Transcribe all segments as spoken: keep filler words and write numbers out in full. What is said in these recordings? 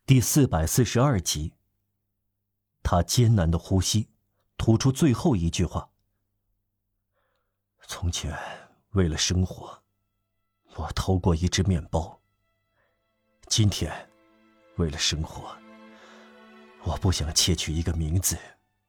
第四百四十二集。他艰难的呼吸，吐出最后一句话：从前为了生活，我偷过一只面包。今天为了生活，我不想窃取一个名字。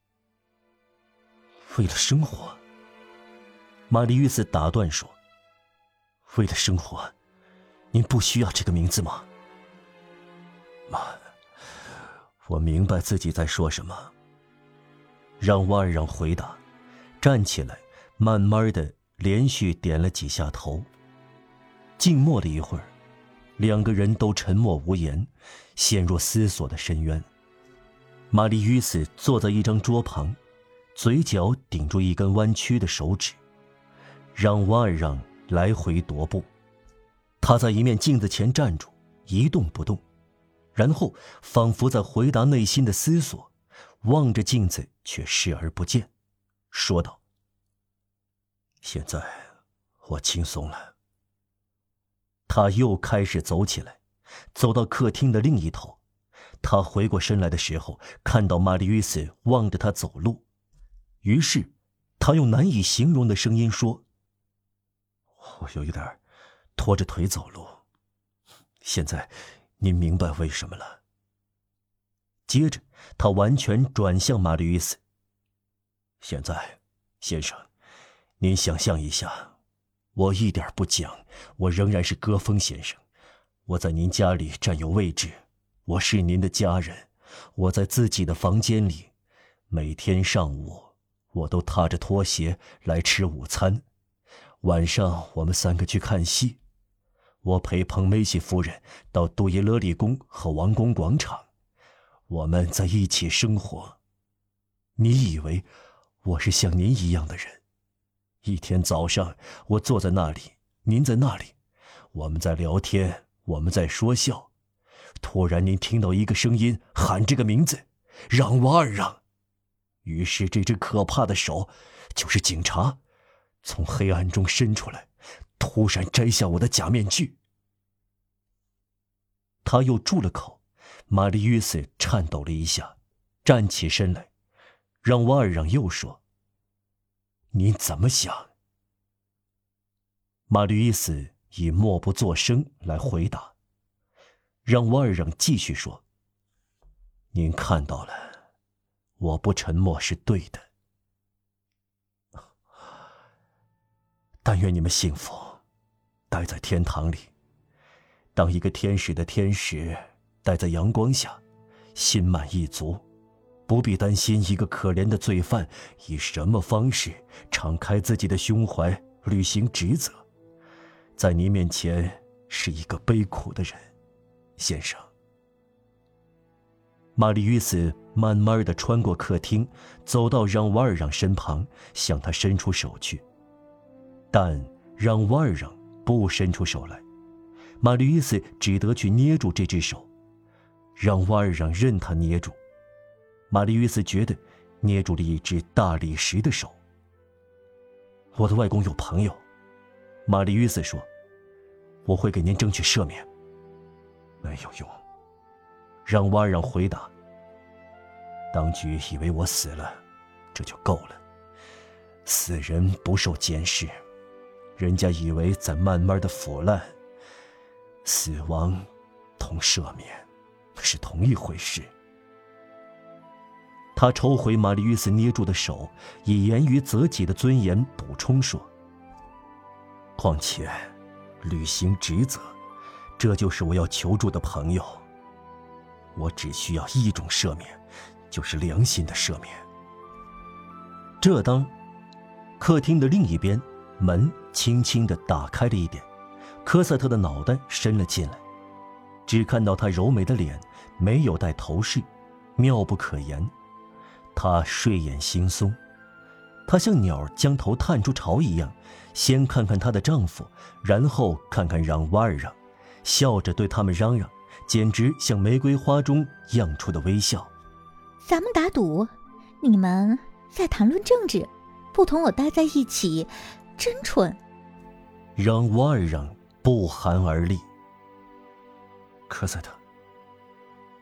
为了生活，玛丽·约瑟打断说：为了生活，您不需要这个名字吗？妈，我明白自己在说什么。让瓦尔让回答，站起来，慢慢的连续点了几下头。静默了一会儿，两个人都沉默无言，陷入思索的深渊。玛丽·约瑟坐在一张桌旁，嘴角顶住一根弯曲的手指，让瓦尔让来回踱步。他在一面镜子前站住，一动不动，然后仿佛在回答内心的思索，望着镜子却视而不见，说道：现在我轻松了。他又开始走起来，走到客厅的另一头。他回过身来的时候，看到玛丽·约瑟望着他走路，于是他用难以形容的声音说：我有一点拖着腿走路，现在您明白为什么了。接着他完全转向玛丽·约瑟：现在先生，您想象一下，我一点不讲，我仍然是戈峰先生，我在您家里占有位置，我是您的家人，我在自己的房间里，每天上午我都踏着拖鞋来吃午餐，晚上我们三个去看戏，我陪彭梅西夫人到杜伊勒利宫和王宫广场，我们在一起生活。你以为我是像您一样的人？一天早上，我坐在那里，您在那里，我们在聊天，我们在说笑。突然您听到一个声音喊这个名字：让瓦尔让。于是这只可怕的手，就是警察，从黑暗中伸出来，突然摘下我的假面具。他又住了口，玛丽·约瑟颤抖了一下，站起身来。让瓦尔让又说：您怎么想？玛丽·约瑟以默不作声来回答。让瓦尔让继续说：您看到了，我不沉默是对的。但愿你们幸福，待在天堂里，当一个天使的天使，待在阳光下，心满意足，不必担心一个可怜的罪犯以什么方式敞开自己的胸怀履行职责。在你面前是一个悲苦的人，先生。玛丽·约瑟慢慢地穿过客厅，走到让瓦尔让身旁，向他伸出手去。但让瓦尔让不伸出手来，玛丽·约瑟只得去捏住这只手。让瓦尔让任他捏住，玛丽·约瑟觉得捏住了一只大理石的手。我的外公有朋友，玛丽·约瑟说，我会给您争取赦免。没有用，让瓦尔让回答。当局以为我死了，这就够了。死人不受监视，人家以为在慢慢的腐烂。死亡同赦免是同一回事。他抽回玛丽·约瑟捏住的手，以言于责己的尊严补充说：况且履行职责，这就是我要求助的朋友。我只需要一种赦免，就是良心的赦免。这当客厅的另一边，门轻轻地打开了一点，科赛特的脑袋伸了进来，只看到他柔美的脸没有戴头饰，妙不可言。她睡眼惺忪，她像鸟将头探出巢一样，先看看她的丈夫，然后看看让瓦尔让，笑着对他们嚷嚷，简直像玫瑰花中漾出的微笑。 咱们打赌，你们在谈论政治，不同我待在一起，真蠢。 让瓦尔让不寒而栗。科赛特，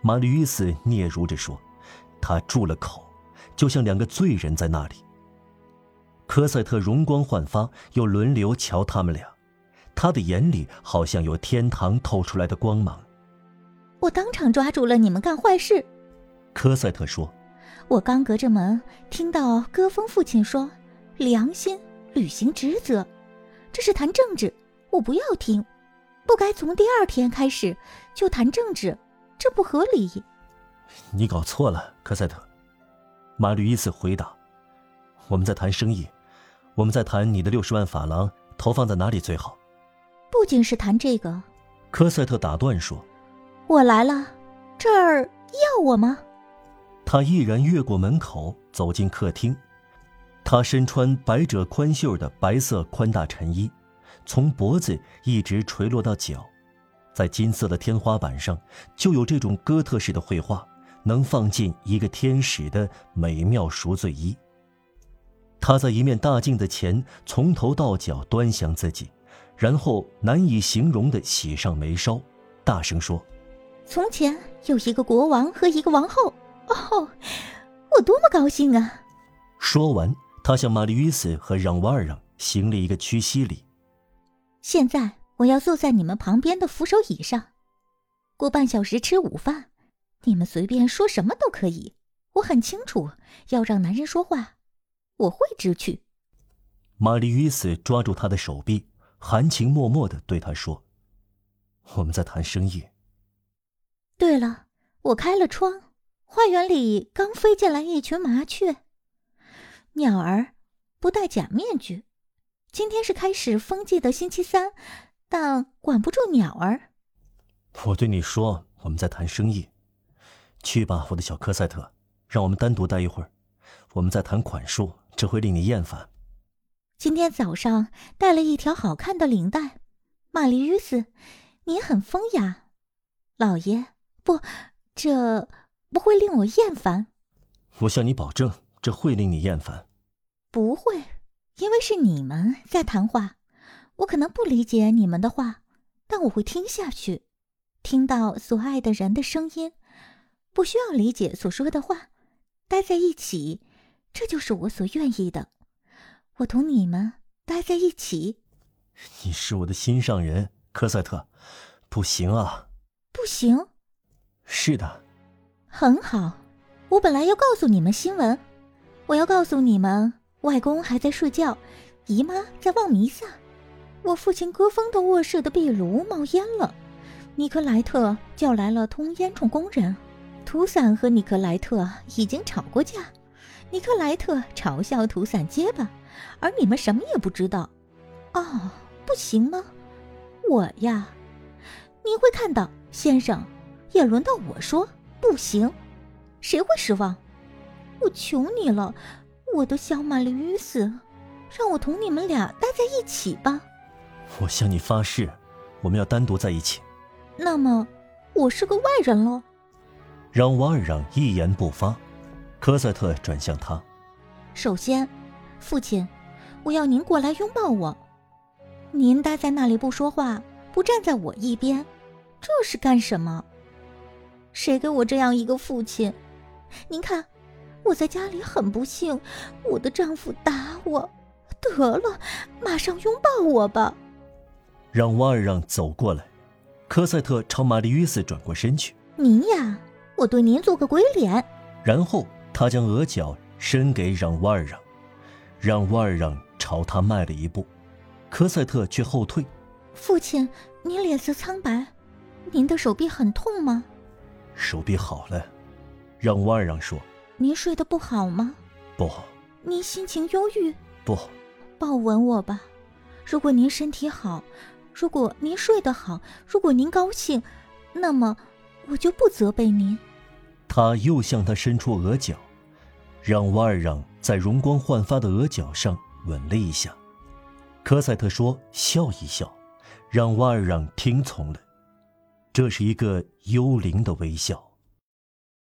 玛丽与斯嗫嚅着说，他住了口，就像两个罪人在那里。科赛特容光焕发，又轮流瞧他们俩，他的眼里好像有天堂透出来的光芒。 我当场抓住了你们干坏事。 科赛特说， 我刚隔着门听到戈峰父亲说良心、履行职责，这是谈政治，我不要听，不该从第二天开始就谈政治，这不合理。 你搞错了，科赛特。马吕伊斯回答，我们在谈生意，我们在谈你的六十万法郎投放在哪里最好。 不仅是谈这个， 科赛特打断说， 我来了，这儿要我吗？ 他毅然越过门口走进客厅。他身穿百褶宽袖的白色宽大衬衣，从脖子一直垂落到脚，在金色的天花板上就有这种哥特式的绘画，能放进一个天使的美妙赎罪衣。他在一面大镜子前从头到脚端详自己，然后难以形容地喜上眉梢，大声说， 从前有一个国王和一个王后，哦，我多么高兴啊。 说完，他向玛丽与斯和让瓦尔让行了一个屈膝礼。 现在我要坐在你们旁边的扶手椅上，过半小时吃午饭，你们随便说什么都可以，我很清楚要让男人说话，我会知趣。 玛丽与斯抓住他的手臂，含情脉脉地对他说，我们在谈生意。 对了，我开了窗，花园里刚飞进来一群麻雀。鸟儿不戴假面具，今天是开始风季的星期三，但管不住鸟儿。 我对你说，我们在谈生意。去吧，我的小科赛特，让我们单独待一会儿。我们在谈款数，这会令你厌烦。 今天早上带了一条好看的领带，玛丽与斯，你很风雅。老爷，不，这不会令我厌烦。 我向你保证，这会令你厌烦。 不会，因为是你们在谈话，我可能不理解你们的话，但我会听下去，听到所爱的人的声音，不需要理解所说的话，待在一起，这就是我所愿意的。我同你们待在一起。 你是我的心上人，科赛特。不行啊。 不行？ 是的。 很好，我本来要告诉你们新闻，我要告诉你们，外公还在睡觉，姨妈在望弥撒，我父亲戈峰的卧室的壁炉冒烟了，尼克莱特叫来了通烟囱工人，图伞和尼克莱特已经吵过架，尼克莱特嘲笑图伞结巴，而你们什么也不知道。哦，不行吗？我呀，你会看到，先生，也轮到我说不行，谁会失望？我求你了，我的小玛丽与斯，让我同你们俩待在一起吧。 我向你发誓，我们要单独在一起。 那么，我是个外人喽？ 让瓦尔让一言不发。科赛特转向他。 首先，父亲，我要您过来拥抱我。您待在那里不说话，不站在我一边，这是干什么？谁给我这样一个父亲？您看，我在家里很不幸，我的丈夫打我。得了，马上拥抱我吧。 让瓦尔让走过来，科赛特朝玛丽与斯转过身去。 您呀，我对您做个鬼脸。 然后他将额角伸给让瓦尔让，让瓦尔让朝他迈了一步，科赛特却后退。 父亲，您脸色苍白，您的手臂很痛吗？ 手臂好了，让瓦尔让说。 您睡得不好吗？ 不。 您心情忧郁？ 不。 抱吻我吧。如果您身体好，如果您睡得好，如果您高兴，那么我就不责备您。 他又向他伸出额角，让瓦尔让在容光焕发的额角上吻了一下。科赛特说笑一笑，让瓦尔让听从了。这是一个幽灵的微笑。